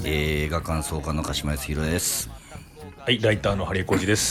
映画感想家の鹿島康弘です。 はい、ライターのハリエコージです。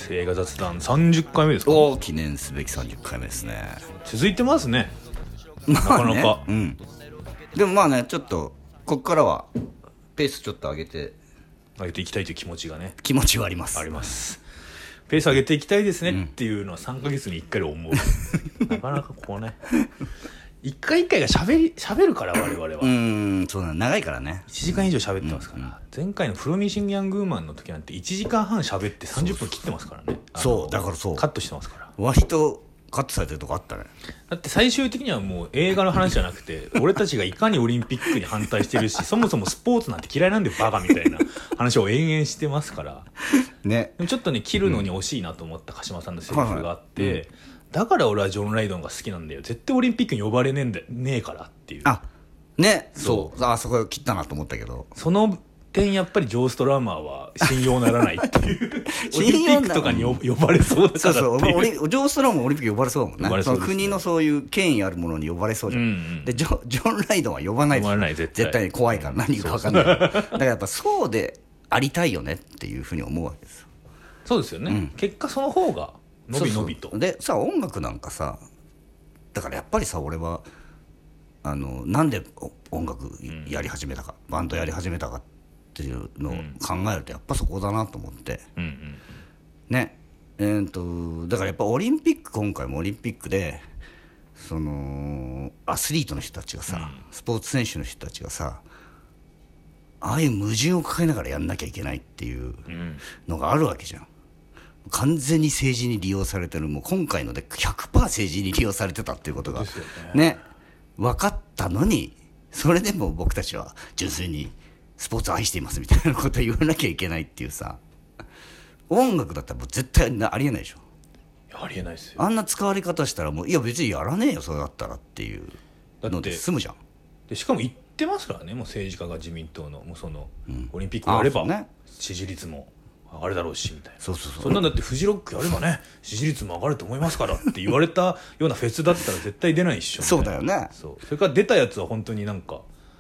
映画雑談30回目ですか。 お、記念すべき30回目ですね。 続いてますね。 まあね、 なかなか、 うん、でもまあね、ちょっとここからはペースちょっと上げていきたいという気持ちがね、 気持ちはあります。 あります。ペース上げていきたいですねっていうのは3ヶ月に1回で思う。なかなかこうね、一回一回が喋るから我々は。 そうだ、長いからね。 1時間以上喋ってますから、前回のプロミシング・ヤング・ウーマンの時なんて1時間半喋って30分切ってますからね。 そうだからそう、 カットしてますから。 割とカットされてるとこあったね。 だって最終的にはもう映画の話じゃなくて俺たちがいかにオリンピックに反対してるしそもそもスポーツなんて嫌いなんでバカみたいな話を延々してますからね。 でもちょっとね切るのに惜しいなと思った鹿島さんのセリフがあって、だから俺はジョン・ライドンが好きなんだよ、絶対オリンピックに呼ばれねえからっていう。 あ、ね、そうあそこ切ったなと思ったけど、 その点やっぱりジョー・ストラマーは信用ならないっていうオリンピックとかに呼ばれそうだからっていう。 そうジョー・ストラマーもオリンピック呼ばれそうだもんね。 呼ばれそうですね。 その国のそういう権威あるものに呼ばれそうじゃん、でジョン・ライドンは呼ばないです。 呼ばない絶対に怖いから何か分かんない。だからやっぱそうでありたいよねっていうふうに思うわけですよ。 そうですよね、結果その方がのびのびと。 そうでさ、音楽なんかさ、だからやっぱりさ、俺はなんで音楽やり始めたか、バンドやり始めたかっていうのを考えるとやっぱそこだなと思って、ね。だからやっぱオリンピック、今回もオリンピックでそのアスリートの人たちがさ、スポーツ選手の人たちがさ、ああいう矛盾を抱えながらやんなきゃいけないっていうのがあるわけじゃん。完全に政治に利用されてる、もう今回ので 100% 政治に利用されてたっていうことがね、分かったのに、それでも僕たちは純粋にスポーツを愛していますみたいなことを言わなきゃいけないっていうさ、音楽だったらもう絶対ありえないでしょ。 ありえないですよ。 あんな使われ方したらもう、いや別にやらねえよそれだったらっていうので済むじゃん。 でしかも言ってますからね、もう政治家が自民党のもうその、オリンピックやれば、支持率も上がるだろうしみたいな。そんなんだってフジロックやればね支持率も上がると思いますからって言われたようなフェスだったら絶対出ないっしょ、ね、 そうだよね。 それから出たやつは本当になんか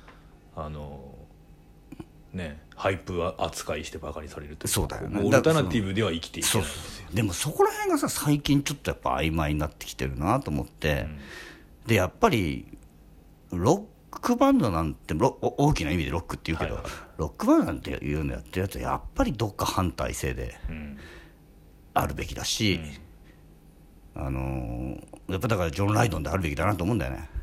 ね、ハイプ扱いしてバカにされるというか、 そうだよね。 オルタナティブでは生きていけないんですよ。 でもそこら辺がさ、最近ちょっとやっぱ曖昧になってきてるなと思って、でやっぱりロックバンドなんて大きな意味でロックって言うけど、ロックバンドなんていうのやってるやつはやっぱりどっか反体制であるべきだし、やっぱだからジョン・ライドンであるべきだなと思うんだよね。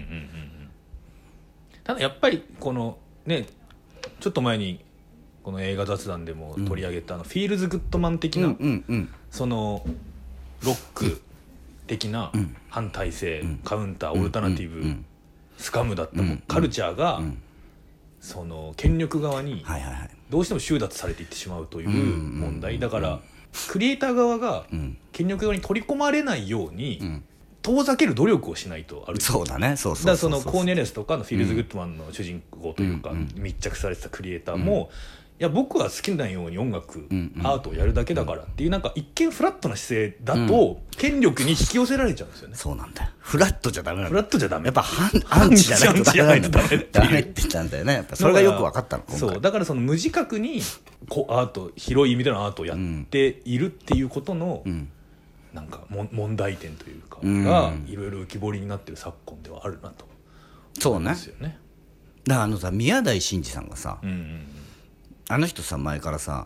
ただやっぱりこのね、ちょっと前にこの映画雑談でも取り上げたフィールズ・グッドマン的な、そのロック的な反体制、カウンター、オルタナティブ、スカムだったカルチャーが、その権力側にどうしても収奪されていってしまうという問題だから、クリエイター側が権力側に取り込まれないように遠ざける努力をしないと。ある。 そうだね。そうだからそのコーネリアスとかのフィールズ・グッドマンの主人公というか密着されてたクリエイターも、いや僕は好きなように音楽、アートをやるだけだからっていう、なんか一見フラットな姿勢だと権力に引き寄せられちゃうんですよね。 そうなんだよ。フラットじゃダメなんだ。 フラットじゃダメ。 やっぱアンチじゃないとダメって言ったんだよね。やっぱそれがよく分かったの。 そうだからその無自覚にアート、広い意味でのアートをやっているっていうことの、なんか問題点というかがいろいろ浮き彫りになってる昨今ではあるなと。 そうね。 ですよね。 だからさ、宮台真司さんがさ、あの人さ、前からさ、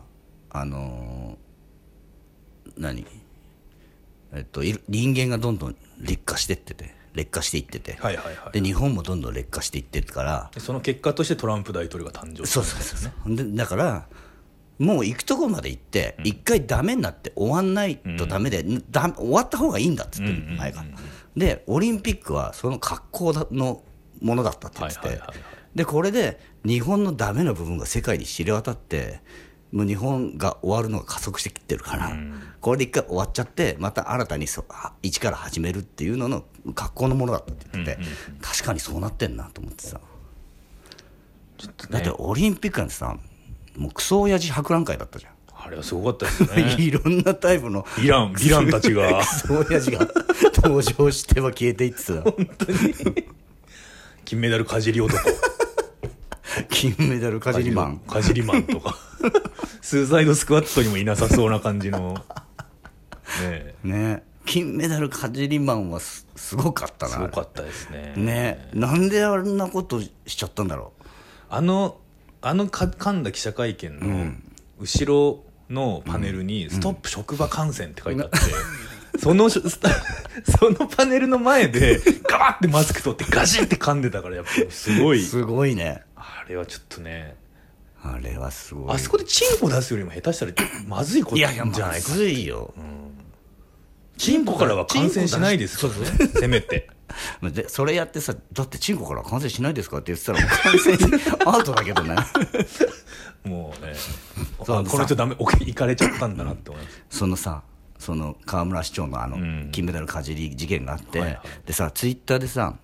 人間がどんどん劣化していってて、で日本もどんどん劣化していってるから、 その結果としてトランプ大統領が誕生したんですよね。 でだからもう行くとこまで行って一回ダメになって終わんないとダメで、終わった方がいいんだっつってる前から。でオリンピックはその格好のものだったって言ってて、でこれで日本のダメな部分が世界に知れ渡って、もう日本が終わるのが加速してきてるから、これで一回終わっちゃってまた新たに一から始めるっていうのの格好のものだったって言ってて、確かにそうなってんなと思ってさ、だってオリンピックなんてさ、もうクソ親父博覧会だったじゃん。 あれはすごかったですね。 いろんなタイプのヴィランたちがクソ親父が登場しては消えていってた。 本当に金メダルかじり男金メダルかじりマンとかスーサイドスクワットにもいなさそうな感じのね。金メダルかじりマンはすごかったな。 すごかったですね。 ね、なんであんなことしちゃったんだろう。 神田記者会見の後ろのパネルに「ストップ職場感染」って書いてあって、そのパネルの前でガバッてマスク取ってガシッて噛んでたから、やっぱすごいね。 あれはちょっとね、 あれはすごい。 あそこでチンコ出すよりも下手したらまずいことじゃないか。 まずいよ、 チンコからは感染しないですからね、せめて。 でそれやってさ、だってチンコから感染しないですかって言ってたらもう感染アウトだけどね。 もうね、この人ダメ、行かれちゃったんだなって思います。 その河村市長の金メダルかじり事件があって、 はいはい、 でさ、ツイッターでさ、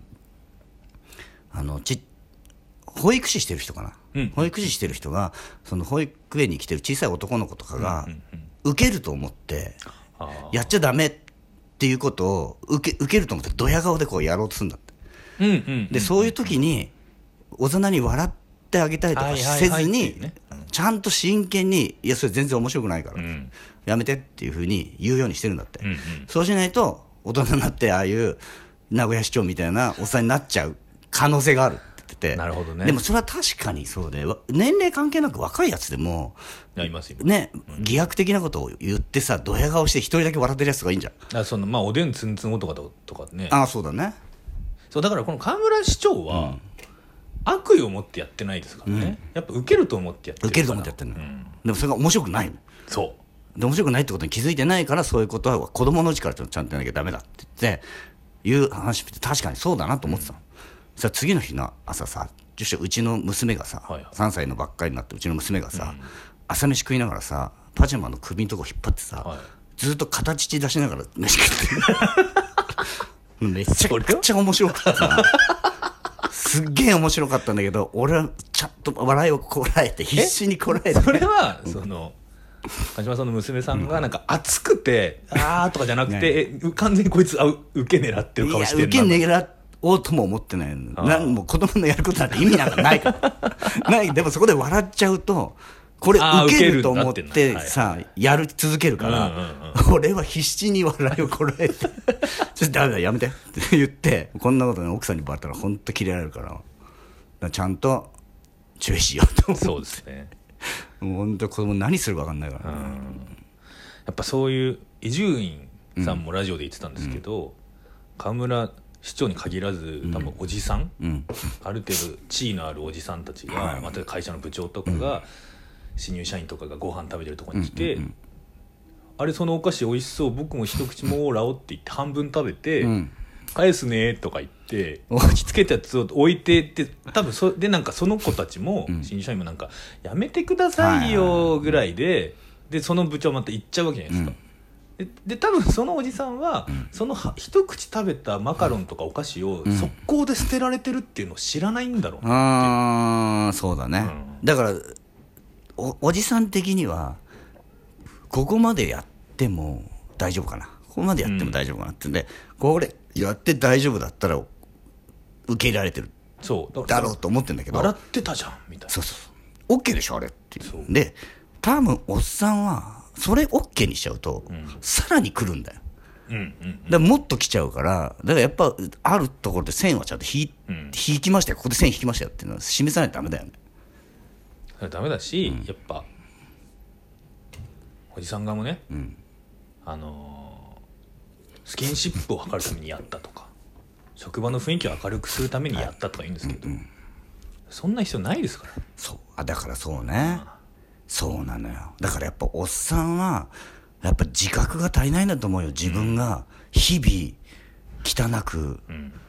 保育士してる人かな、保育士してる人がその保育園に来てる小さい男の子とかが、受けると思ってやっちゃダメっていうことを受けると思ってドヤ顔でこうやろうとするんだって、でそういう時に大人に笑ってあげたりとかせずに、ちゃんと真剣に「いやそれ全然面白くないから、やめて」っていうふうに言うようにしてるんだって、そうしないと大人になってああいう名古屋市長みたいなおっさんになっちゃう可能性があるって言ってて。 なるほどね。 でもそれは確かにそうで、年齢関係なく若いやつでもいますよね、偽悪的なことを言ってさ、ドヤ顔して一人だけ笑ってるやつがいいんじゃん。 まあおでんつんつん男とかね。 ああそうだね。 そうだからこの河村市長は、悪意を持ってやってないですからね、やっぱ受けると思ってやってるから。 受けると思ってやってるの、でもそれが面白くないの。 そうで面白くないってことに気づいてないから、そういうことは子供のうちからちゃんとやらなきゃダメだって言っていう話って確かにそうだなと思ってたの、さあ次の日の朝さ、うちの娘がさ、3歳のばっかりになってうちの娘がさ、朝飯食いながらさ、パジャマの首のとこ引っ張ってさ、ずっと片乳出しながら飯食ってるめちゃくちゃ面白かったな。すっげえ面白かったんだけど、俺はちゃんと笑いをこらえて、必死にこらえて。 それは鹿島さんの娘さんがなんか熱くてあーとかじゃなくて、完全にこいつ受け狙ってる顔してるな。 受け狙おうとも思ってないの。もう子供のやることなんて意味なんかないからない。でもそこで笑っちゃうとこれ受けると思ってさ、やる続けるから、俺は必死に笑いをこらえてちょっとダメだやめてって言って、こんなことね奥さんにバレたら本当キレられるから、ちゃんと注意しようと思って。 そうですね。 もう本当に子供何するか分かんないから、 やっぱそういう伊集院さんもラジオで言ってたんですけど、河村市長に限らず多分おじさん、ある程度地位のあるおじさんたちが、また会社の部長とかが、新入社員とかがご飯食べてるところに来て、あれそのお菓子美味しそう、僕も一口もらおうって言って半分食べて、返すねとか言って口つけたやつを置いてって、多分でなんかその子たちも、新入社員もなんかやめてくださいよぐらいで、その部長また行っちゃうわけじゃないですか、で多分そのおじさんは、その一口食べたマカロンとかお菓子を速攻で捨てられてるっていうのを知らないんだろうなって。 そうだね、だからおじさん的にはここまでやっても大丈夫かな、ここまでやっても大丈夫かなってんで、これやって大丈夫だったら受け入れられてるだろうと思ってるんだけど、 笑ってたじゃんみたいな。 そう OK でしょあれっていう。で多分おっさんはそれ OK にしちゃうと、さらに来るんだよ、だからもっと来ちゃうから、だからやっぱあるところで線はちゃんと引きましたよ、ここで線引きましたよっていうのは示さないとダメだよね。 ダメだし、やっぱおじさん側もね、スキンシップを図るためにやったとか、職場の雰囲気を明るくするためにやったとか言うんですけど、そんな必要ないですから。 だからそうね、そうなのよ。だからやっぱおっさんはやっぱ自覚が足りないんだと思うよ。自分が日々汚く、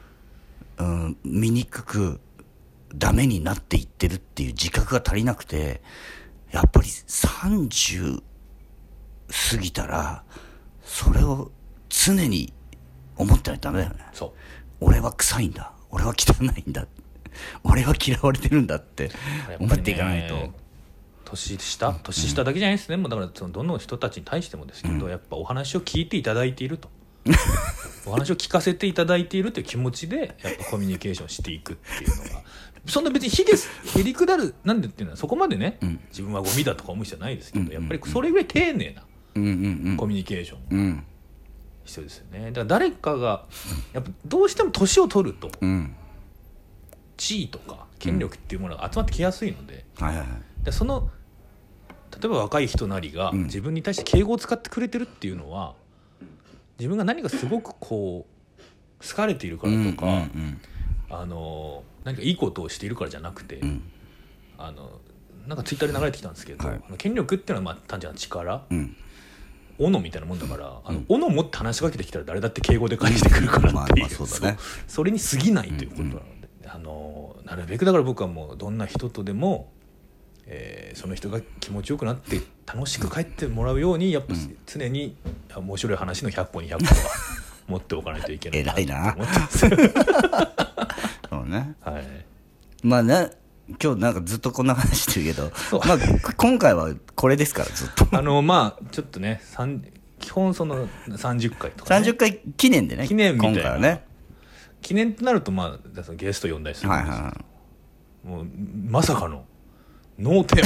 醜くダメになっていってるっていう自覚が足りなくて、やっぱり30過ぎたらそれを常に思ってないとダメだよね。俺は臭いんだ、俺は汚いんだ、俺は嫌われてるんだって思っていかないと。 年下だけじゃないですね。もうだからどの人たちに対してもですけど、やっぱお話を聞いていただいているとお話を聞かせていただいているという気持ちでやっぱコミュニケーションしていくっていうのがそんな別にへりくだるなんでっていうのはそこまでね、自分はゴミだとか思う人はないですけど、やっぱりそれぐらい丁寧なコミュニケーション必要ですよね。だから誰かがやっぱどうしても年を取ると、地位とか権力っていうものが集まってきやすいので、でその例えば若い人なりが自分に対して敬語を使ってくれてるっていうのは、自分が何かすごくこう好かれているからとか、何かいいことをしているからじゃなくて、なんかツイッターで流れてきたんですけど、権力っていうのはまあ単純な力、斧みたいなもんだから、斧を持って話しかけてきたら誰だって敬語で返してくるからっていう、それに過ぎないということなので、なるべくだから僕はもうどんな人とでも、その人が気持ちよくなって楽しく帰ってもらうようにやっぱ常に面白い話の100歩200歩は持っておかないといけないなと思ってますそうね、 はい、 まあね、今日なんかずっとこんな話してるけど、まあ、今回はこれですからずっとまあちょっとね基本その30回とか、ね、 30回記念でね、 記念みたいな今回はね、記念となるとまあそのゲスト呼んだりするんですよ、もうまさかのノーテー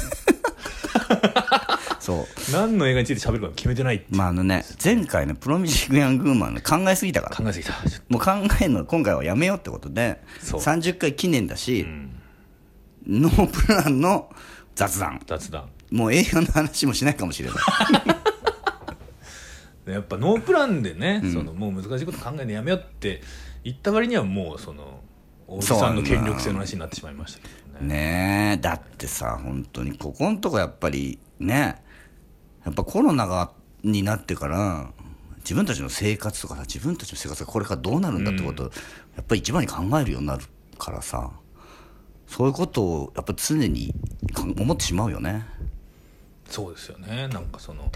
マそう何の映画について喋るか決めてないっていう、 まあね、前回のプロミジック・ヤング・ウーマン考えすぎたから、 考えすぎた、 もう考えるの今回はやめようってことで、30回記念だし、ノープランの雑談、もう映画の話もしないかもしれないやっぱノープランでね、そのもう難しいこと考えるのやめようって言った割にはもうその大木さんの権力性の話になってしまいましたけどね。 ねえ、だってさ本当にここのとこやっぱりね、やっぱコロナになってから自分たちの生活とかさ、自分たちの生活がこれからどうなるんだってことを、やっぱり一番に考えるようになるからさ、そういうことをやっぱ常に思ってしまうよね。 そうですよね。なんかその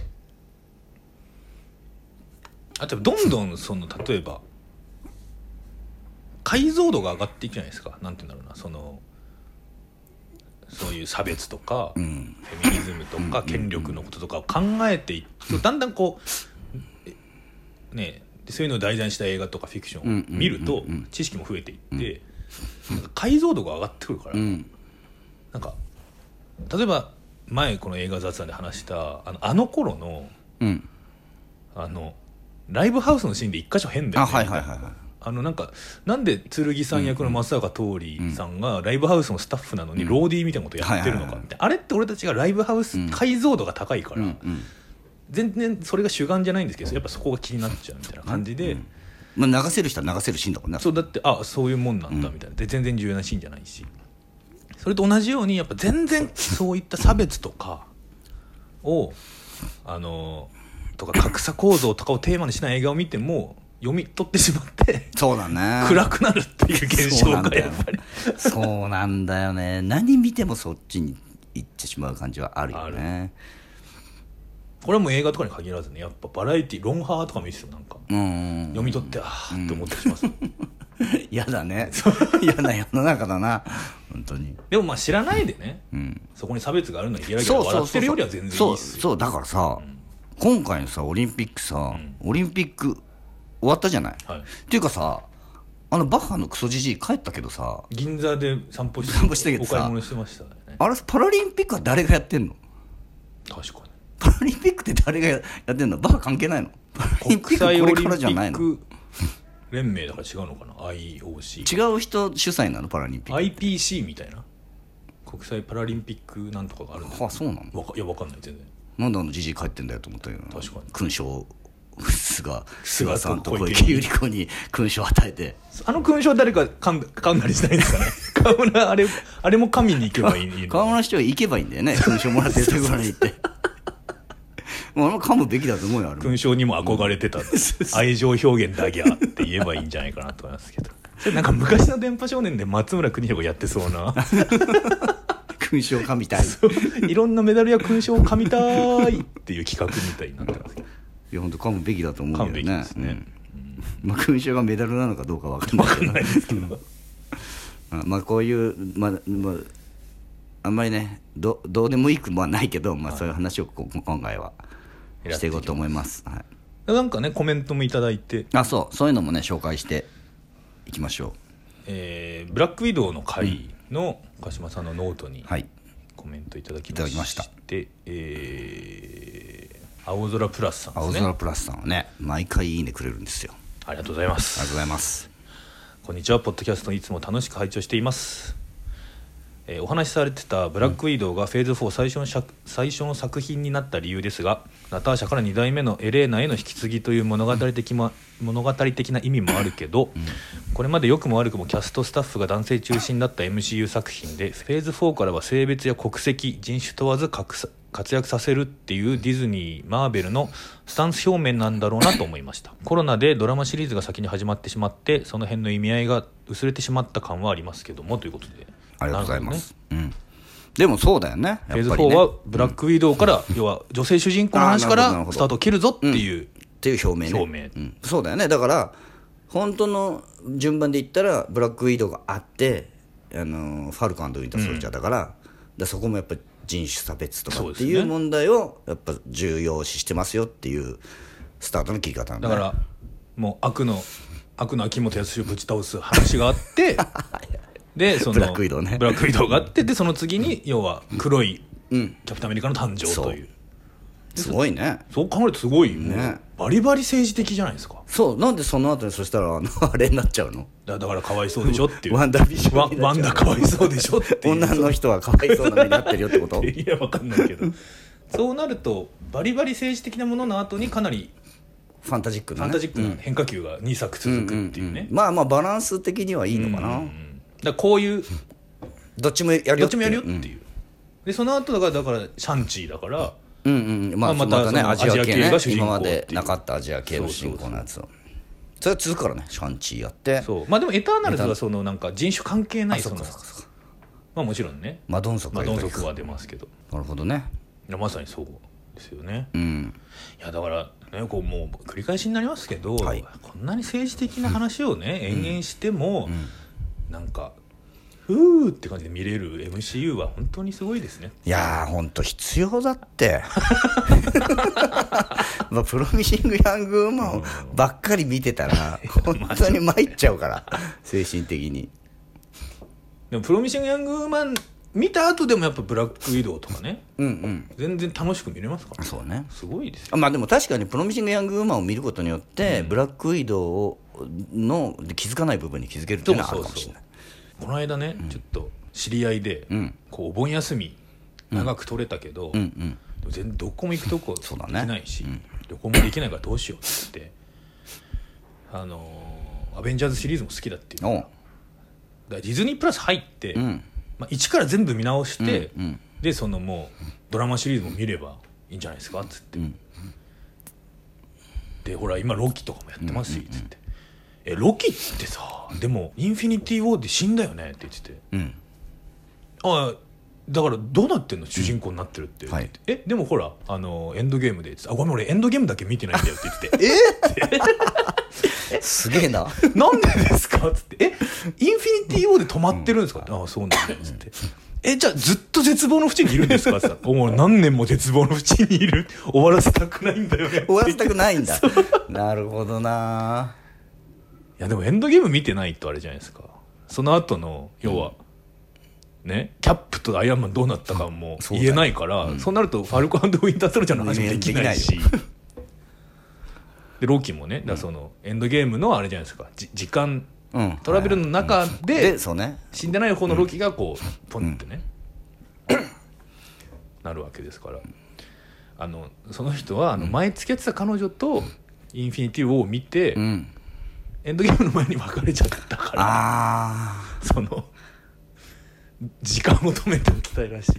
あとどんどんその例えば解像度が上がっていくじゃないですか。なんていうんだろうな、そういう差別とか、フェミニズムとか、権力のこととかを考えていくと、だんだんこうね、そういうのを題材にした映画とかフィクションを見ると知識も増えていって、なんか解像度が上がってくるから、なんか例えば前この映画雑談で話したあの頃の、ライブハウスのシーンで一箇所変だよね。なんで剣さん役の松坂桃李さんがライブハウスのスタッフなのにローディーみたいなことやってるのかみたいな、あれって俺たちがライブハウス解像度が高いから、全然それが主眼じゃないんですけど、やっぱそこが気になっちゃうみたいな感じで、 まあ、流せる人は流せるシーンだもんね。 そうだってそういうもんなんだみたいな、で全然重要なシーンじゃないし、それと同じようにやっぱ全然そういった差別とかをとか格差構造とかをテーマにしない映画を見ても読み取ってしまって、 そうだね、 暗くなるっていう現象がやっぱりそうなんだよね。何見てもそっちに行ってしまう感じはあるよね。 これはもう映画とかに限らずね、やっぱバラエティロンハーとか見ててもなんか読み取ってって思ったりします嫌だね、嫌な世の中だな本当に。 でもまあ知らないでね、そこに差別があるのにゲラゲラ笑ってるよりは全然いいっすよ。 そうだからさ、今回のさオリンピックさ、オリンピック終わったじゃない、っていうかさ、バッハのクソじじい帰ったけどさ、 銀座で散歩してけどさ、 お買い物してましたね。 あれパラリンピックは誰がやってんの？ 確かにパラリンピックって誰がやってんの？バッハ関係ないの？パラリンピックこれからじゃないの？ 国際オリンピック連盟だから違うのかな。 IOC 違う人主催なの？パラリンピック IPC みたいな国際パラリンピックなんとかがあるんですよ。 そうなの？ いや分かんない全然。 なんでじじい帰ってんだよと思ったけど、 確かに勲章菅さんと小池百合子に勲章を与えて、 勲章は誰か噛んだりしないんですかね河村あれも神に行けばいいの？ 河村市長行けばいいんだよね、勲章もらってるところに行ってもう噛むべきだと思うよ。 勲章にも憧れてた愛情表現だぎゃって言えばいいんじゃないかなと思いますけど、それなんか昔の電波少年で松村邦洋がやってそうな勲章を噛みたいいろんなメダルや勲章を噛みたいっていう企画みたいになってますけど、 いや本当噛むべきだと思うよね。噛むべきですね、まあ、勲章がメダルなのかどうか分かんないですけどまあこういう、あんまりねどうでもいいくもはないけど、そういう話を今回はしていこうと思います。 なんかねコメントもいただいて、 そういうのもね紹介していきましょう。 ブラックウィドウの回の鹿島さんのノートにはいコメントいただきいただきました。 青空プラスさんですね。 青空プラスさんはね毎回いいねくれるんですよ。 ありがとうございまありがす。 とうございます。 こんにちは。ポッドキャストいつも楽しく拝聴しています。お話しされてたブラックウィドウがフェーズ4最初の作品になった理由ですが、ナターシャから2代目のエレーナへの引き継ぎという物語的な意味もあるけど、これまで良くも悪くもキャストスタッフが男性中心だった MCU 作品で、フェーズ4からは性別や国籍人種問わず活躍させるっていうディズニーマーベルのスタンス表明なんだろうなと思いました。コロナでドラマシリーズが先に始まってしまって、その辺の意味合いが薄れてしまった感はありますけども、ということでありがとうございます、でもそうだよね、やっぱりね、 フェーズ4はブラックウィドウから、要は女性主人公の話からスタートを切るぞっていう、 っていう表明ね、そうだよね。だから本当の順番で言ったらブラックウィドウがあって、ファルコン&ウィンターソルジャーだから、そこもやっぱり人種差別とかっていう問題をやっぱ重要視してますよっていうスタートの切り方なんだ、 ね、だからもう悪の秋元康をぶち倒す話があってでそのブラックウィドウね、 ブラックウィドウがあって、でその次に要は黒いキャプテンアメリカの誕生という、 すごいね。 そう考えるとすごい、ね、バリバリ政治的じゃないですか。 そう、なんでその後にそしたらあれになっちゃうの。 だからかわいそうでしょっていうワンダビジョンワンダかわいそうでしょっていう女の人はかわいそうな目になってるよってこといやわかんないけどそうなるとバリバリ政治的なものの後にかなりファンタジックな変化球が2作続くっていうね、 まあまあバランス的にはいいのかな、 だからこういうどっちもやるよっていう、でその後だからシャンチーだからまたねアジア系ね、 が主人公今までなかったアジア系の主人公のやつを、それが続くからね、シャンチーやって、 そうまあでもエターナルズはそのなんか人種関係ない、そのまあもちろんねマドンソクは出ますけど、 なるほどね、 いやまさにそうですよね、いやだからね、こうもう繰り返しになりますけど、こんなに政治的な話をね、延々しても、なんかふーって感じで見れる MCU は本当にすごいですね。 いやー本当必要だってまあプロミシングヤングウーマンばっかり見てたら本当に参っちゃうから精神的に。 でもプロミシングヤングウーマン見た後でもやっぱブラックウィドウとかね、全然楽しく見れますから、ね、 そうね、すごいですよ。 まあでも確かにプロミシングヤングウーマンを見ることによって、ブラックウィドウの気づかない部分に気づけるっていうのはあるかもしれない。 この間ね、ちょっと知り合いで、こうお盆休み長く取れたけど、でも全然どこも行くとこできないし、旅行もできないからどうしようって言ってアベンジャーズシリーズも好きだっていうから、だからディズニープラス入って、一から全部見直して、でそのもうドラマシリーズも見ればいいんじゃないですかっつって、でほら今ロキとかもやってますしっつって、ロキってさでもインフィニティ・ウォーで死んだよねって言ってて、ああだからどうなってんの主人公になってるって言って、でもほらエンドゲームでごめん俺エンドゲームだけ見てないんだよって言ってってすげえななんでですかっつってインフィニティ・ウォーで止まってるんですかって、ああそうなんだよっつってじゃあずっと絶望の淵にいるんですかってもう何年も絶望の淵にいる終わらせたくないんだよね終わらせたくないんだなるほどな。 いやでもエンドゲーム見てないとあれじゃないですか。その後の要は、ねキャップとアイアンマンどうなったかも言えないから、そうなるとファルコン&ウィンターソルジャーの話もできないしでロキもねだからそのエンドゲームのあれじゃないですか、時間トラベルの中で死んでない方のロキがこうポンってねなるわけですから、その人は前付き合ってた彼女とインフィニティ・ウォーを見て、エンドゲームの前に別れちゃったからその時間を止めておきたいらしい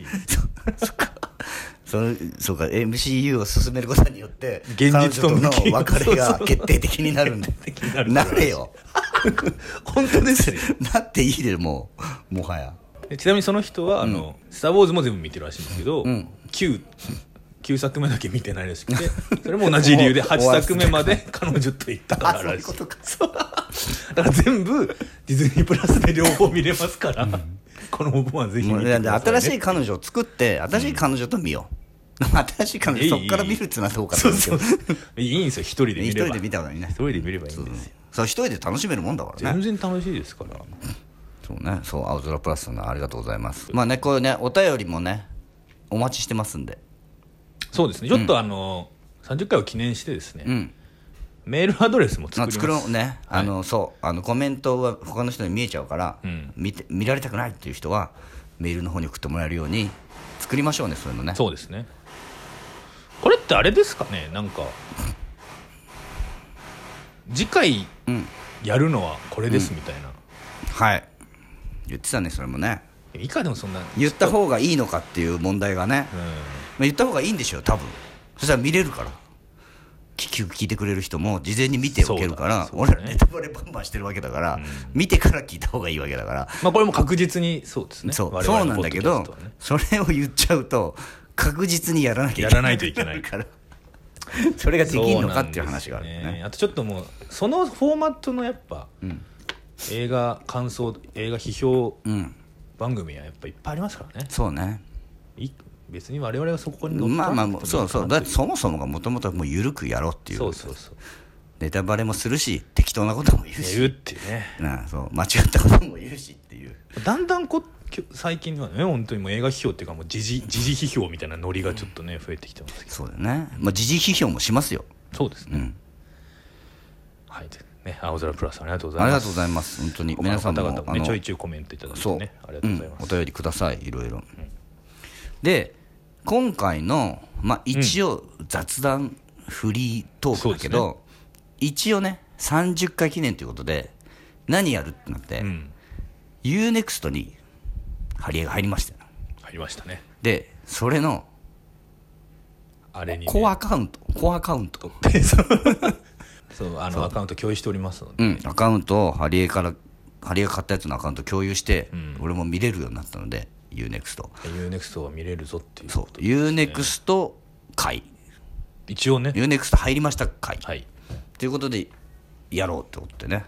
そうか MCU を進めることによって現実との別れが決定的になるんだなれよ本当ですねなっていいでもはや。 ちなみにその人はスター・ウォーズも全部見てるらしいんですけど、9作目だけ見てないらしくて、それも同じ理由で8作目まで彼女と行ったかららしい。そういうことか。だから全部ディズニープラスで両方見れますから、この僕はぜひ見てくださいね。 新しい彼女を作って新しい彼女と見よう、新しい彼女そっから見るっていうのはどうかと思うけど、 いいんですよ、一人で見れば。 一人で見た方がいいね。 一人で見ればいいんですよ。 一人で楽しめるもんだからね。 全然楽しいですから。 そうね、そう青空プラスさんありがとうございます。まあね、こういうねお便りもねお待ちしてますんで。 そうですね、ちょっと30回を記念してですね、メールアドレスも作ります。 作ろうね、そうコメントは他の人に見えちゃうから、見られたくないっていう人はメールの方に送ってもらえるように作りましょうね、そういうのね。 そうですね。これってあれですかね、なんか次回やるのはこれですみたいな、 はい言ってたね、それもね。 いかでもそんな言った方がいいのかっていう問題がね、言った方がいいんでしょ多分。そしたら見れるから、聞いてくれる人も事前に見ておけるから、俺らネタバレバンバンしてるわけだから、見てから聞いた方がいいわけだから、 まあこれも確実にそうですね。 そうなんだけど、それを言っちゃうと確実にやらなきゃいけないからそれができんのかっていう話があるね。 あとちょっともうそのフォーマットのやっぱ、映画感想映画批評番組はやっぱいっぱいありますからね。 そうね、 別に我々はそこに乗ってそうだってそもそもがもともともう緩くやろうっていう。そうネタバレもするし適当なことも言うしっていうね、 そう間違ったことも言うしっていう。 だんだん最近はね本当にもう映画批評っていうかもう時事批評みたいなノリがちょっとね増えてきてますけど。 そうだよね、時事批評もしますよ。 そうですね、はいね、青空プラスありがとうございます。 ありがとうございます。本当に皆さんも他の方々もちょいちょいコメントいただいてね、ありがとうございます。 お便りください、いろいろ。で今回の一応雑談フリートークだけど、一応ね30回記念ということで何やるってなって、UNEXT に貼り絵が入りましたよ。 入りましたね。 でそれのあれに、 コアカウントそうアカウント共有しておりますので、 アカウントをハリエ買ったやつのアカウント共有して、俺も見れるようになったので UNEXT は見れるぞっていうことですね。 UNEXT 会一応ね UNEXT 入りました会、ということでやろうってことでね。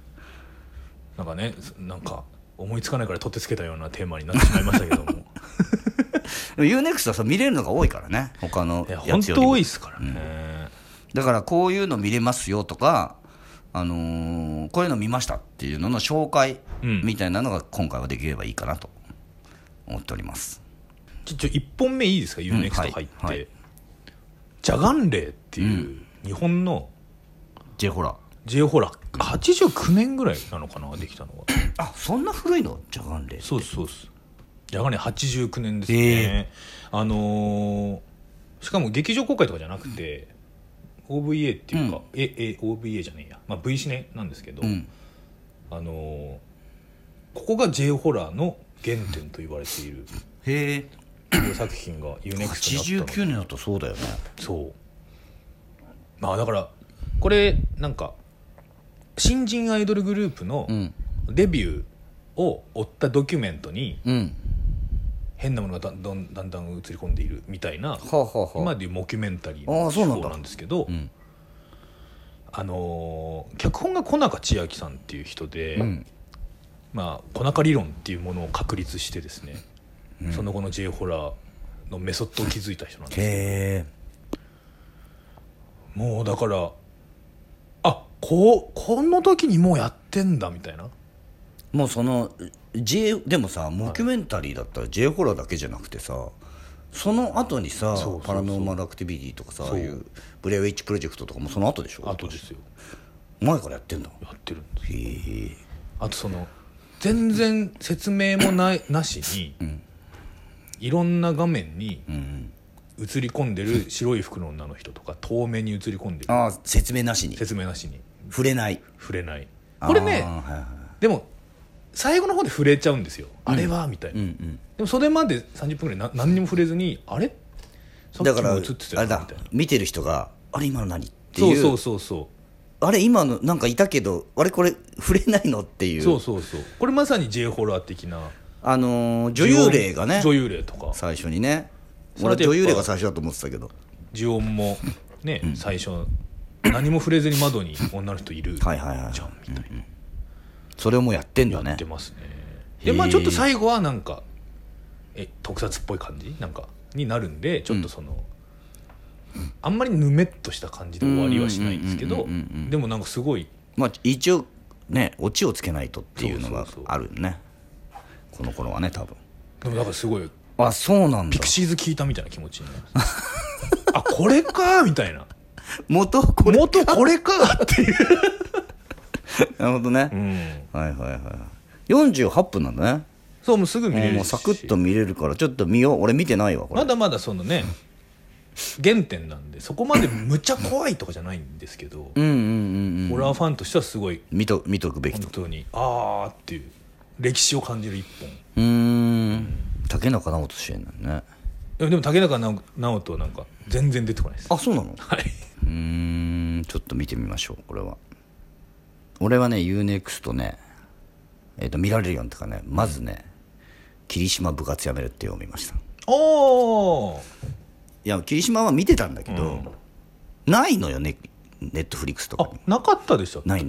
なんか思いつかないから取ってつけたようなテーマになってしまいましたけども UNEXT はさ見れるのが多いからね、他のやつよりも。 本当多いですからね、 だからこういうの見れますよとか、こういうの見ましたっていうのの紹介みたいなのが今回はできればいいかなと思っております。 1本目いいですか、UNEXT 入って、ジャガンレイっていう日本の J ホラー 89年ぐらいなのかな、できたのは。 そんな古いのジャガンレイって。 そうジャガンレイ89年ですね。しかも劇場公開とかじゃなくて、OVA っていうか、OVA じゃねえや、V シネなんですけど、ここが J ホラーの原点と言われている作品が UNEXT にあったの。 89年だとそうだよね。 そうだからこれなんか新人アイドルグループのデビューを追ったドキュメントに変なものがだんだん映り込んでいるみたいな、今でいうモキュメンタリーの手法なんですけど、脚本が小中千秋さんっていう人で、小中理論っていうものを確立してですね、その後の J ホラーのメソッドを築いた人なんですけど、もうだからこの時にもうやってんだみたいな。 もうそのでもさモキュメンタリーだったら J ホラーだけじゃなくてさ、その後にさパラノーマルアクティビティとかさ、ああいうブレアウィッチプロジェクトとかもその後でしょ。 後ですよ。 前からやってんだ。 やってるんです。あとその全然説明もなしに、いろんな画面に映り込んでる白い服の女の人とか、遠目に映り込んでる、 説明なしに触れないこれね、でも最後の方で触れちゃうんですよ、あれはみたいな、でもそれまで30分ぐらい何にも触れずに、あれさっきも映ってたよみたいな、 見てる人があれ今の何っていう、 そうあれ今のなんかいたけどあれこれ触れないのっていう、 これまさに J ホラー的な女優霊がね、 女優霊とか最初にね、俺女優霊が最初だと思ってたけど、 ジオンもね、最初何も触れずに窓に女の人いるじゃんみたいな、 それをもうやってんだね。 やってますね。でちょっと最後はなんか特撮っぽい感じなんかになるんで、ちょっとその、あんまりぬめっとした感じで終わりはしないんですけど、でもなんかすごい、 一応ねオチをつけないとっていうのがあるね。 この頃はね多分。 でもだからすごいあそうなんだ。 ピクシーズ聞いたみたいな気持ちになりますあこれかみたいな元これかっていうなるほどね、はいはいはい。48分なんだね。 そうもうすぐ見れるしもうサクッと見れるからちょっと見よう。俺見てないわこれ。 まだまだそのね原点なんでそこまでむちゃ怖いとかじゃないんですけどホラーファンとしてはすごい見とくべきと。 本当にあーっていう歴史を感じる一本。 竹中直人主演なんね。 でも竹中直人はなんか全然出てこないです。 あそうなの。 はいちょっと見てみましょう。これは俺はね UNEXT ね見られるようにとかね、まずね霧島部活やめるっていうのを見ました。 おーいや霧島は見てたんだけど、ないのよねネットフリックスとかに。 なかったでしょ。 ない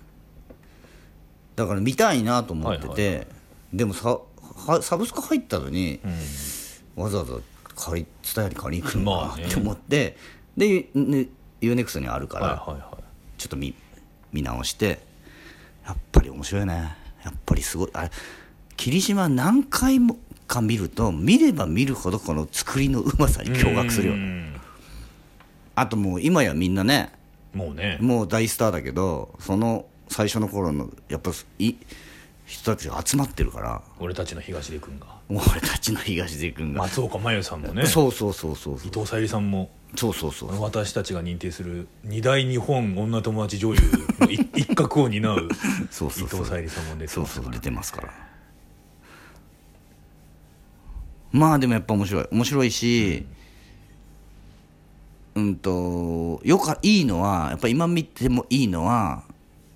だから見たいなと思ってて、でもサブスク入ったのに、わざわざツタヤに借りに行くのかって思って、で、UNEXT にあるから、ちょっと見直して、やっぱり面白いね。やっぱりすごい。あれ霧島何回もか見ると見れば見るほどこの作りのうまさに驚愕するよね。あともう今やみんなねもう大スターだけど、その最初の頃のやっぱ人たちが集まってるから。 俺たちの東出君が松岡真優さんもね、 そう伊藤沙莉さんも、 そう私たちが認定する二大日本女友達女優の一角を担う伊藤沙莉さんも出てますから、 出てますから。まあでもやっぱ面白いし、いいのはやっぱ今見てもいいのは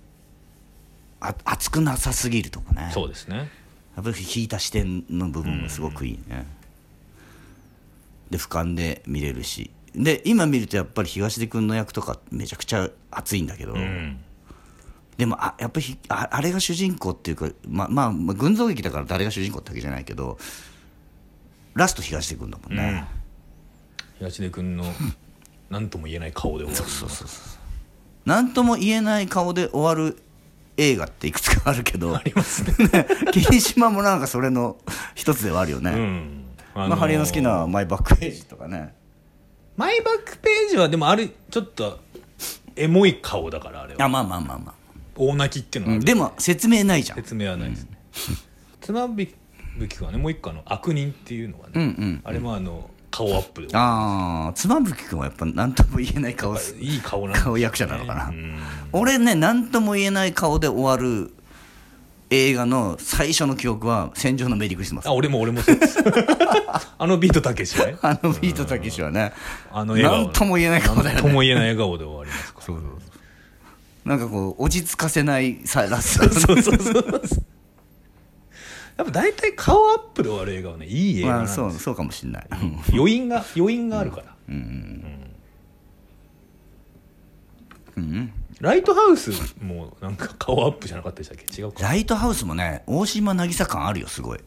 熱くなさすぎるとかね。 そうですね。 やっぱり引いた視点の部分がすごくいいね。で俯瞰で見れるし、で今見るとやっぱり東出君の役とかめちゃくちゃ熱いんだけど、でもやっぱりあれが主人公っていうか、まあ群像劇だから誰が主人公ってわけじゃないけど、ラスト東出君だもんね、 東出君の何とも言えない顔で終わる。 何とも言えない顔で終わる映画っていくつかあるけど、 ありますね霧島もなんかそれの一つではあるよね。ハリーの好きなマイバックページとかね。 マイバックページはでもちょっとエモい顔だから、あれはまあ大泣きっていうのは、 でも説明ないじゃん。 説明はないですね。妻夫木君はね、もう一個悪人っていうのがね、あれも顔アップで。 妻夫木君はやっぱ何とも言えない顔、 いい顔なんですね。 顔役者なのかな。俺ね何とも言えない顔で終わる映画の最初の記憶は戦場のメリークリスマス。 俺もそうですビートたけしね。 ビートたけしはね、 何とも言えない顔だよね。 何とも言えない笑顔で終わりますから。 そうなんかこう落ち着かせないラスト。やっぱ大体顔アップで終わる映画はね、いい映画なんですよ。 そうかもしれない。 余韻があるから。ライトハウスもなんか顔アップじゃなかったでしたっけ。違うか。 ライトハウスもね大島渚感あるよすごい。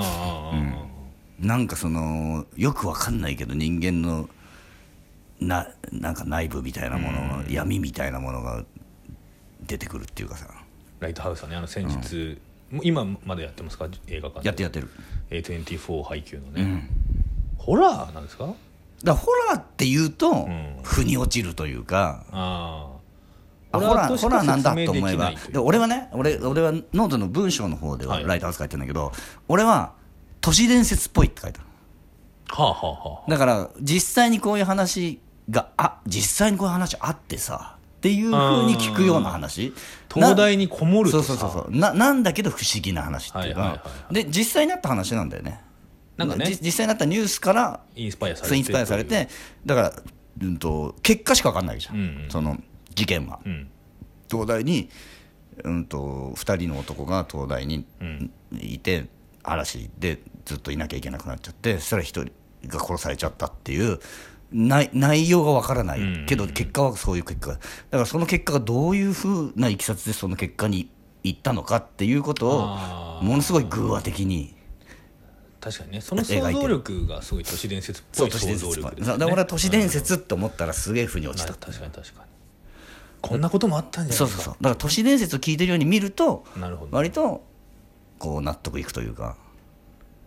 なんかそのよくわかんないけど人間のなんか内部みたいなもの、闇みたいなものが出てくるっていうかさ。 ライトハウスはね、先日、今までやってますか、映画館で。 やってる。 A24 配給のね、ホラーなんですか。 だホラーっていうと、腑に落ちるというか、ホラーなんだと思えば。で俺はノートの文章の方ではライトハウス書いてるんだけど、俺は都市伝説っぽいって書いてある。だから実際にこういう話が実際にこういう話あってさっていう風に聞くような話、 東大にこもるとさ、 そうなんだけど不思議な話っていうか、で実際にあった話なんだよね。なんかね、実際にあったニュースからインスパイアされて、だから、結果しか分かんないじゃん、その事件は。東大に、2人の男が東大にいて、嵐でずっといなきゃいけなくなっちゃって、そしたら1人が殺されちゃったっていう内容が分からないけど、結果はそういう結果だからその結果がどういうふうないきさつでその結果に行ったのかっていうことをものすごい偶話的に。 確かにね、その想像力がすごい都市伝説っぽい想像力ですね。 だから俺は都市伝説って思ったらすげえ腑に落ちた。 確かにこんなこともあったんじゃないですか。 だから都市伝説を聞いてるように見ると割とこう納得いくというか。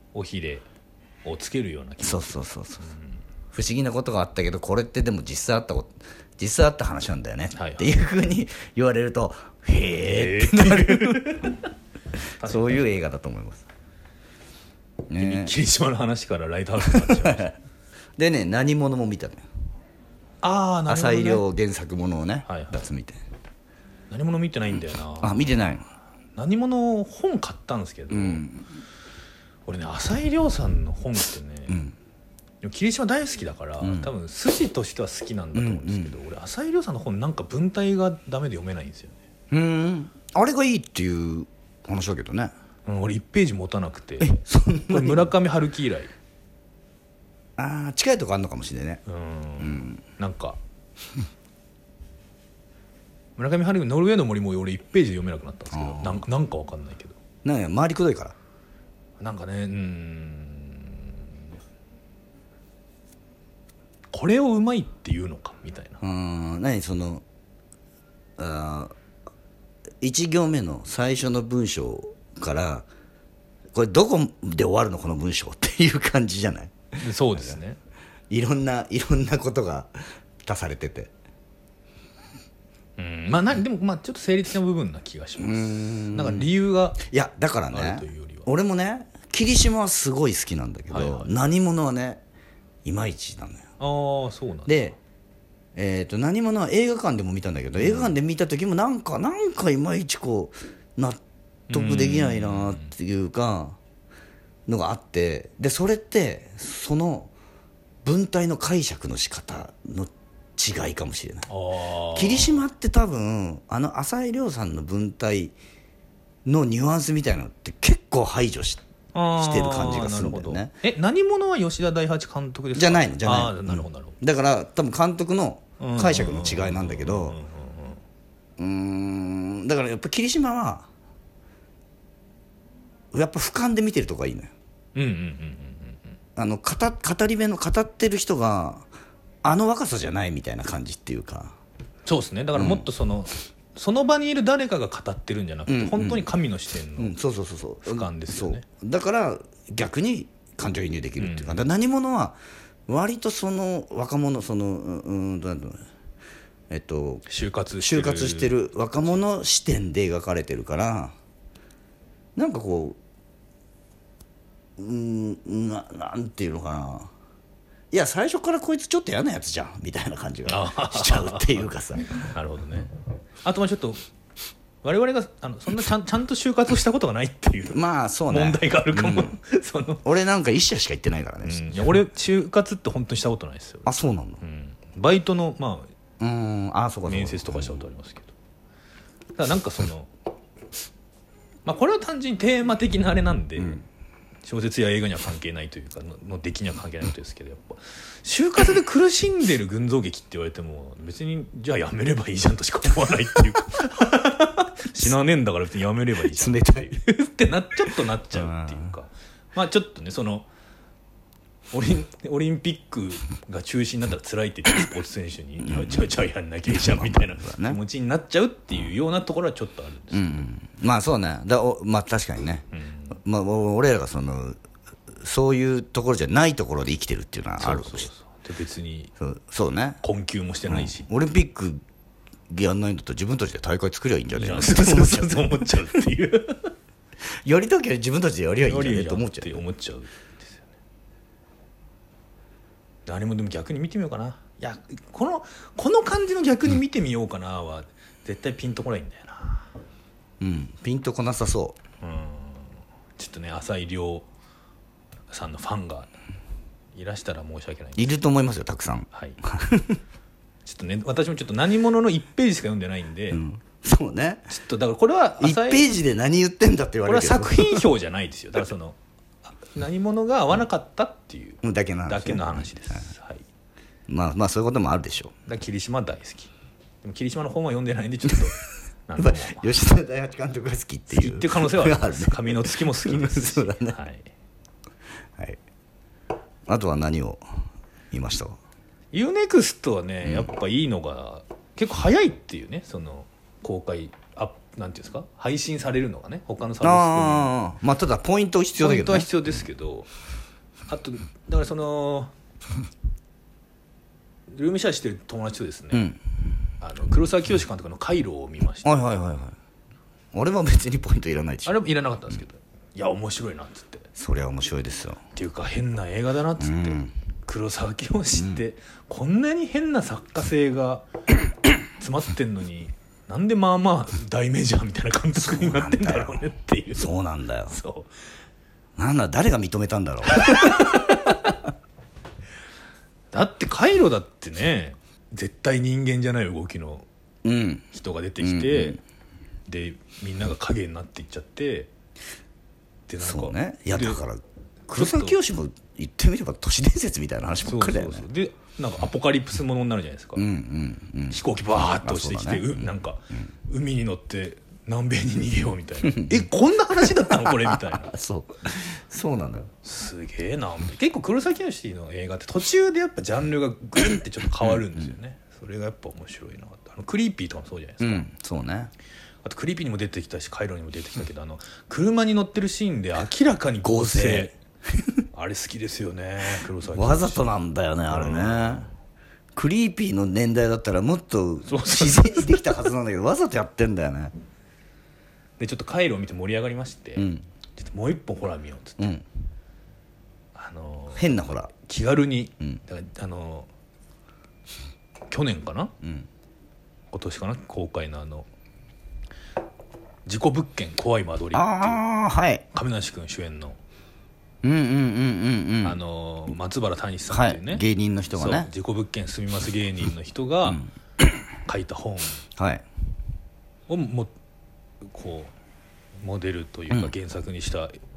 尾ひれをつけるような気がそうそうそうそう、不思議なことがあったけどこれってでも実際あった話なんだよね、 はいはい、 っていうふうに言われるとへーってなるそういう映画だと思います、 ね、霧島の話からライトハウスになってしまいましたでね何者も見たのよ。 ああなるほど、ね、 浅井亮原作ものをね、 はいはい、 2つ見て。 何者見てないんだよな。 あ見てないの。 何者本買ったんですけど、俺ね浅井亮さんの本ってね、霧島大好きだから、多分筋としては好きなんだと思うんですけど、俺浅井亮さんの本なんか文体がダメで読めないんですよね。 あれがいいっていう話だけどね、 俺1ページ持たなくて。 そんなにこれ村上春樹以来。 近いとこあるのかもしれないね。 なんか村上春樹ノルウェーの森も俺1ページで読めなくなったんですけど、なんかわかんないけど、 なんか回りくどいからなんかね、これをうまいっていうのかみたいな。 何その1行目の最初の文章からこれどこで終わるのこの文章っていう感じじゃない？ そうですね。 いろんなことが足されてて、 でもちょっと成立的な部分な気がします。なんか理由がいやだからあるねというよりは、 俺もね霧島はすごい好きなんだけど、何者はねいまいちなのよ。 そうなんだ。 で何者は映画館でも見たんだけど、映画館で見た時もなんかいまいちこう納得できないなっていうかのがあって、でそれってその文体の解釈の仕方の違いかもしれない。霧島って多分浅井亮さんの文体のニュアンスみたいなのって結構排除してる感じがするんだよね。 何者は吉田大八監督ですか？ じゃないのなるほど、 だから多分監督の解釈の違いなんだけど、だからやっぱ霧島はやっぱ俯瞰で見てるとこがいいのよ。語り部の語ってる人が若さじゃないみたいな感じっていうか。 そうですね。だからもっとその場にいる誰かが語ってるんじゃなくて、本当に神の視点の俯瞰ですよね。 だから逆に感情移入できるっていうか、何者は割とその若者就活してる若者視点で描かれてるから、なんかこうなんていうのかな、いや最初からこいつちょっと嫌なやつじゃんみたいな感じがしちゃうっていうかさなるほどね。あとちょっと我々がそんなちゃんと就活をしたことがないっていうそうね問題があるかも、 俺なんか一社しか行ってないからね、 いや俺就活って本当にしたことないですよ。 そうなの。 バイトのそうか面接とかしたことありますけど、だからなんかこれは単純にテーマ的なあれなんで、小説や映画には関係ないというかの出来には関係ないことですけど、やっぱ就活で苦しんでる群像劇って言われても別にじゃあやめればいいじゃんとしか思わないっていうか死なねえんだから別にやめればいいじゃん冷たいってちょっとなっちゃうっていうか、ちょっとねオリンピックが中止になったら辛いって言ってスポーツ選手にじゃあやんなきゃいいじゃんみたいな気持ちになっちゃうっていうようなところはちょっとあるんですけど、 そうね。確かにね、俺らがそういうところじゃないところで生きてるっていうのはあるかもしれない。 で別にそうね、 困窮もしてないし、 オリンピックやんないんだったら自分たちで大会作りゃいいんじゃねえのって思っちゃうっていうやりたきゃ自分たちでやりゃいいんじゃねえと思っちゃうですよね。誰もでも逆に見てみようかな。いやこの感じの逆に見てみようかなは絶対ピンとこないんだよな。 ピンとこなさそう。 ちょっとね浅井亮さんのファンがいらしたら申し訳ない。 いると思いますよたくさん。 はいちょっとね私もちょっと何者の1ページしか読んでないんで、 そうね、 ちょっとだからこれは 1ページで何言ってんだって言われるけど、 これは作品評じゃないですよ。だから何者が合わなかったっていうだけの話です、はい、 そういうこともあるでしょう。 だから霧島大好き。でも霧島の本は読んでないんでちょっとなんか吉田大八監督が好きっていう可能性はあります。紙の月も好きですしそうだね、 はい、 あとは何を見ましたか？ UNEXT はね、やっぱいいのが結構早いっていうね、公開なんていうんですか、配信されるのがね他のサブスクに。 まあただポイント必要だけどね。 ポイントは必要ですけど、あとだからそのルームシェアしてる友達とですね、黒沢清監督のカイロを見ました。 はいはいはいはい。俺は別にポイントいらないでしょ。 あれもいらなかったんですけど、いや面白いなっつって。 そりゃ面白いですよ。 っていうか変な映画だなっつって、黒沢清ってこんなに変な作家性が詰まってんのになんでまあまあ大メジャーみたいな監督になってんだろうねっていう。 そうなんだよ。 そうなんだ、誰が認めたんだろうだってカイロだってね、絶対人間じゃない動きの人が出てきて、でみんなが影になっていっちゃって、でなんかそうね。いやだから黒沢清も言ってみれば都市伝説みたいな話ばっかりだよね。 そうでなんかアポカリプスものになるじゃないですか、飛行機バーッと落ちてきて、なんか、海に乗って南米に逃げようみたいなこんな話だったのこれみたいなそうなんだよ。 すげえな。結構黒沢清の映画って途中でやっぱジャンルがグインってちょっと変わるんですよね。それがやっぱ面白いな。クリーピーとかもそうじゃないですか、 そうね。 あとクリーピーにも出てきたしカイロにも出てきたけど、車に乗ってるシーンで明らかに合成あれ好きですよね、黒沢清。 わざとなんだよねあれね。クリーピーの年代だったらもっと自然にできたはずなんだけどわざとやってんだよね。 でちょっとカイロを見て盛り上がりまして、ちょっともう一本ホラー見ようっつって、 変なホラー気軽に、だから去年かな、今年かな公開の事故物件怖い間取りっていう、 はい、 亀梨君主演の松原谷さんっていうね、 芸人の人がね、 事故物件住みます芸人の人が書いた本をこうモデルというか原作にした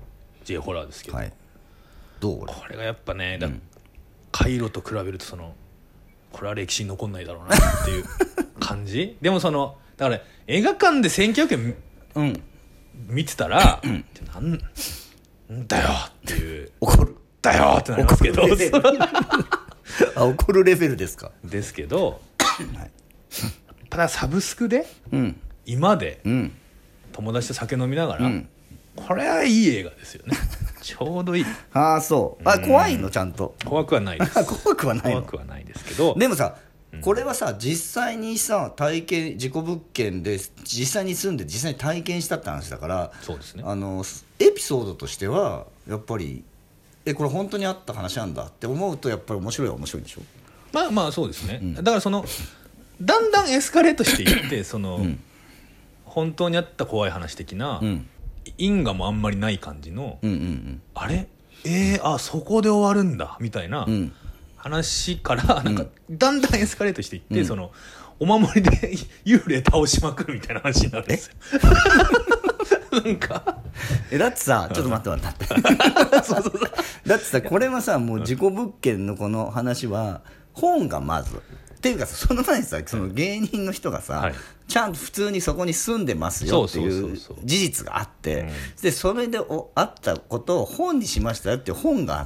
J ホラーですけど、 どうこれがやっぱね、カイロと比べるとこれは歴史に残んないだろうなっていう感じでもだから映画館で1900円見てたら、なんだよっていう怒るだよってなりますけど怒るレベルですか。 ですけど、ただサブスクで、今で、友達と酒飲みながら、これはいい映画ですよねちょうどいい。 怖いのちゃんと。 怖くはないです怖くはないですけど、 でもさ、これはさ実際にさ体験、事故物件で実際に住んで実際に体験したって話だから、 そうですね、 エピソードとしてはやっぱりこれ本当にあった話なんだって思うとやっぱり面白いでしょ。 まあそうですね、だからだんだんエスカレートしていって本当にあった怖い話的な、因果もあんまりない感じの、あれそこで終わるんだみたいな、話からなんかだんだんエスカレートしていって、お守りで幽霊倒しまくるみたいな話になるんですよなんかだってさちょっと待ってだってさこれはさもう事故物件のこの話は本がまずっていうかその前にさ芸人の人がさ、ちゃんと普通にそこに住んでますよっていう事実があって、でそれであったことを本にしましたよっていう本があって、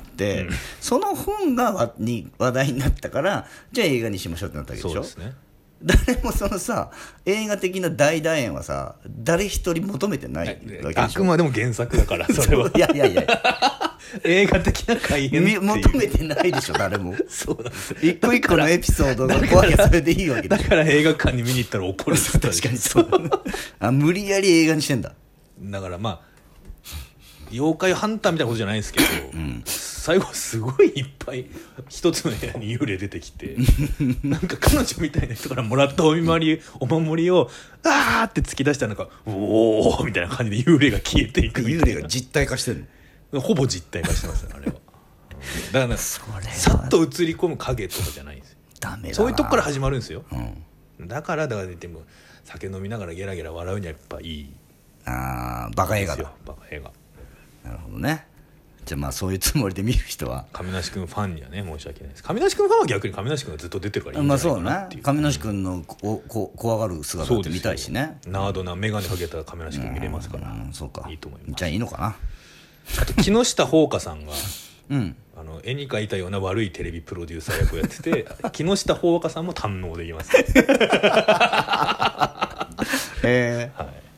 その本が話題になったからじゃあ映画にしましょうってなったわけでしょ。そうですね。誰も映画的な大団円はさ誰一人求めてないわけでしょ。 あくまでも原作だからそれはいや映画的な改変っていう求めてないでしょ誰もそうなんですよ。 一個一個のエピソードが怖いやそれでいいわけでしょ。 だから映画館に見に行ったら怒る確かにそう無理やり映画にしてんだ。 だから妖怪ハンターみたいなことじゃないですけど、最後すごいいっぱい一つの部屋に幽霊出てきてなんか彼女みたいな人からもらったお守りをあーって突き出したらおーみたいな感じで幽霊が消えていくみたいな。 幽霊が実体化してるのほぼ実体化してますねあれはだからさっと映り込む影とかじゃないんですよ。 ダメだな。 そういうとこから始まるんですよ、だからでも酒飲みながらゲラゲラ笑うにはやっぱいいバカ映画だ。 バカ映画。 なるほどね。じゃあそういうつもりで見る人は亀梨君ファンにはね申し訳ないです。亀梨君ファンは逆に亀梨君がずっと出てるからいいんじゃないかなっていう、 亀梨君の怖がる姿って見たいしね。 ナードな眼鏡かけた亀梨君見れますから、 そうか、 いいと思います。 じゃあいいのかな。 あと木下ほうかさんが絵に描いたような悪いテレビプロデューサー役をやってて木下ほうかさんも堪能できます、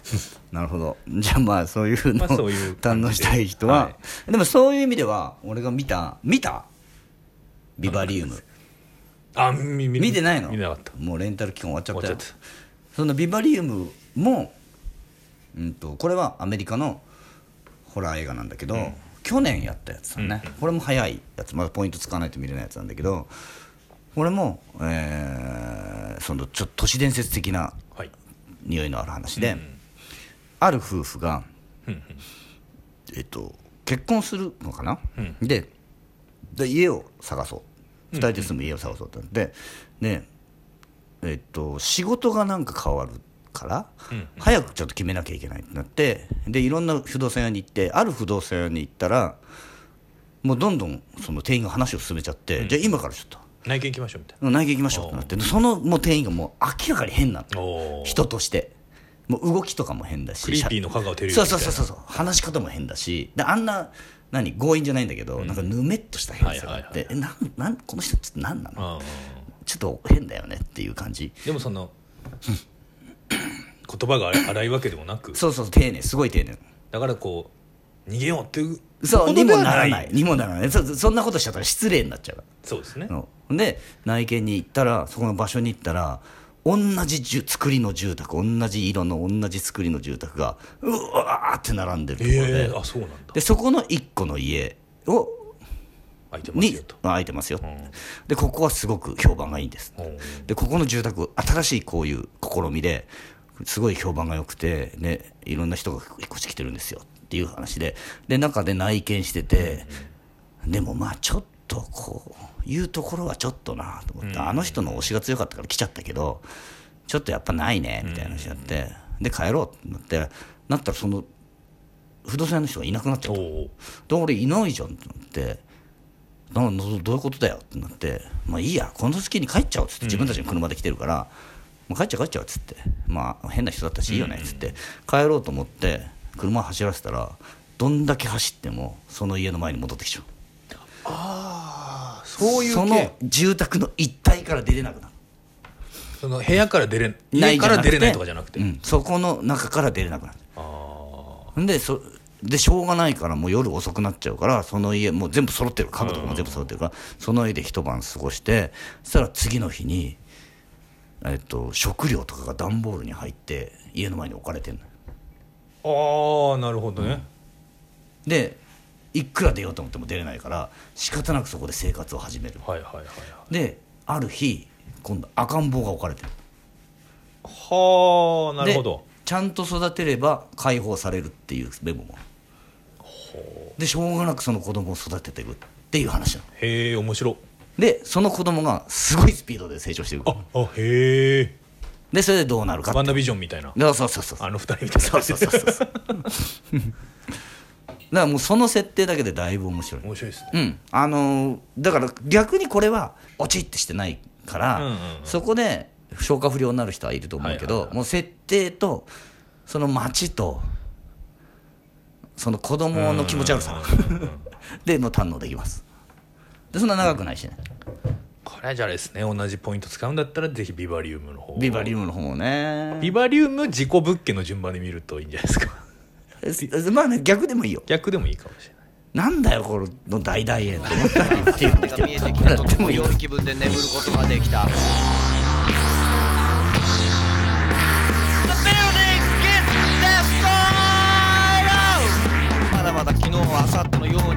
なるほど。じゃあまあそういうのをそういう堪能したい人は、でもそういう意味では俺が見たビバリウム見てないの？ 見てなかった。 もうレンタル期間終わっちゃったよ。 終わっちゃっそのビバリウムも、これはアメリカのホラー映画なんだけど、去年やったやつだね、これも早いやつ、まだポイント使わないと見れないやつなんだけど、これも、そのちょっと都市伝説的な匂いのある話で、ある夫婦が、結婚するのかな、で家を探そう2人で住む家を探そうってなってで、仕事がなんか変わるから、早くちょっと決めなきゃいけないってなって、でいろんな不動産屋に行って、ある不動産屋に行ったらもうどんどんその店員が話を進めちゃって、じゃあ今からちょっと内見行きましょうみたいな。 内見行きましょうってなって、そのもう店員がもう明らかに変なの、人としてもう動きとかも変だし、 クリーピーの香川照之みたいな。 そう話し方も変だし、であんな強引じゃないんだけど、なんかぬめっとした変さがあって、この人ちょっと何なの、ちょっと変だよねっていう感じ。 でもその言葉が荒いわけでもなく、 そう丁寧、すごい丁寧だからこう逃げようっていうにもならない、そんなことしちゃったら失礼になっちゃうから。 そうですね。 で内見に行ったら、そこの場所に行ったら同じ作りの住宅、同じ色の同じ作りの住宅がうわーって並んでるところで、 あ、そうなんだ。 でそこの1個の家を空いてますよと。 空いてますよ、でここはすごく評判がいいんです、でここの住宅新しいこういう試みですごい評判が良くて、ね、いろんな人が引っ越してきてるんですよっていう話で、中で内見してて、でもまあちょっとこういうところはちょっとなと思って、あの人の推しが強かったから来ちゃったけどちょっとやっぱないねみたいな話になって、で帰ろうってなったら、その不動産屋の人がいなくなっちゃった。で俺いないじゃんってなって、どういうことだよってなって、まあいいやこの月に帰っちゃおうっつって、自分たちの車で来てるから、もう帰っちゃうっつって、まあ変な人だったしいいよねっつって帰ろうと思って車走らせたら、どんだけ走ってもその家の前に戻ってきちゃう。 そういうその住宅の一帯から出れなくなる。 その部屋から出れない、家から出れないとかじゃなくて、 そこの中から出れなくなる。でしょうがないから、もう夜遅くなっちゃうから、その家もう全部揃ってる、家具とかも全部揃ってるから、その家で一晩過ごして、そしたら次の日に、食料とかが段ボールに入って家の前に置かれてるの。 なるほどね。 でいくら出ようと思っても出れないから、仕方なくそこで生活を始める。である日今度赤ん坊が置かれてる。 なるほど。 ちゃんと育てれば解放されるっていうメモも、でしょうがなくその子供を育てていくっていう話なの。 へえ、面白。 でその子供がすごいスピードで成長していく。 へえ。 でそれでどうなるかって、 ワンダービジョンみたいな。 そうあの二人みたいな。 そうだからもうその設定だけでだいぶ面白い。 面白いですね。 だから逆にこれは落ちってしてないから、そこで消化不良になる人はいると思うけど、もう設定とその街とその子供の気持ち悪さでもう堪能できます。でそんな長くないしね。 これはじゃあですね、同じポイント使うんだったらぜひビバリウムの方。 ビバリウムの方もね。 ビバリウム自己物件の順番で見るといいんじゃないですか。 まあね、逆でもいいよ。 逆でもいいかもしれない。 なんだよこの大々園って思ったりっていうのが見えてきた。とても良い気分で眠ることができた。まだまだ昨日は明後日のよ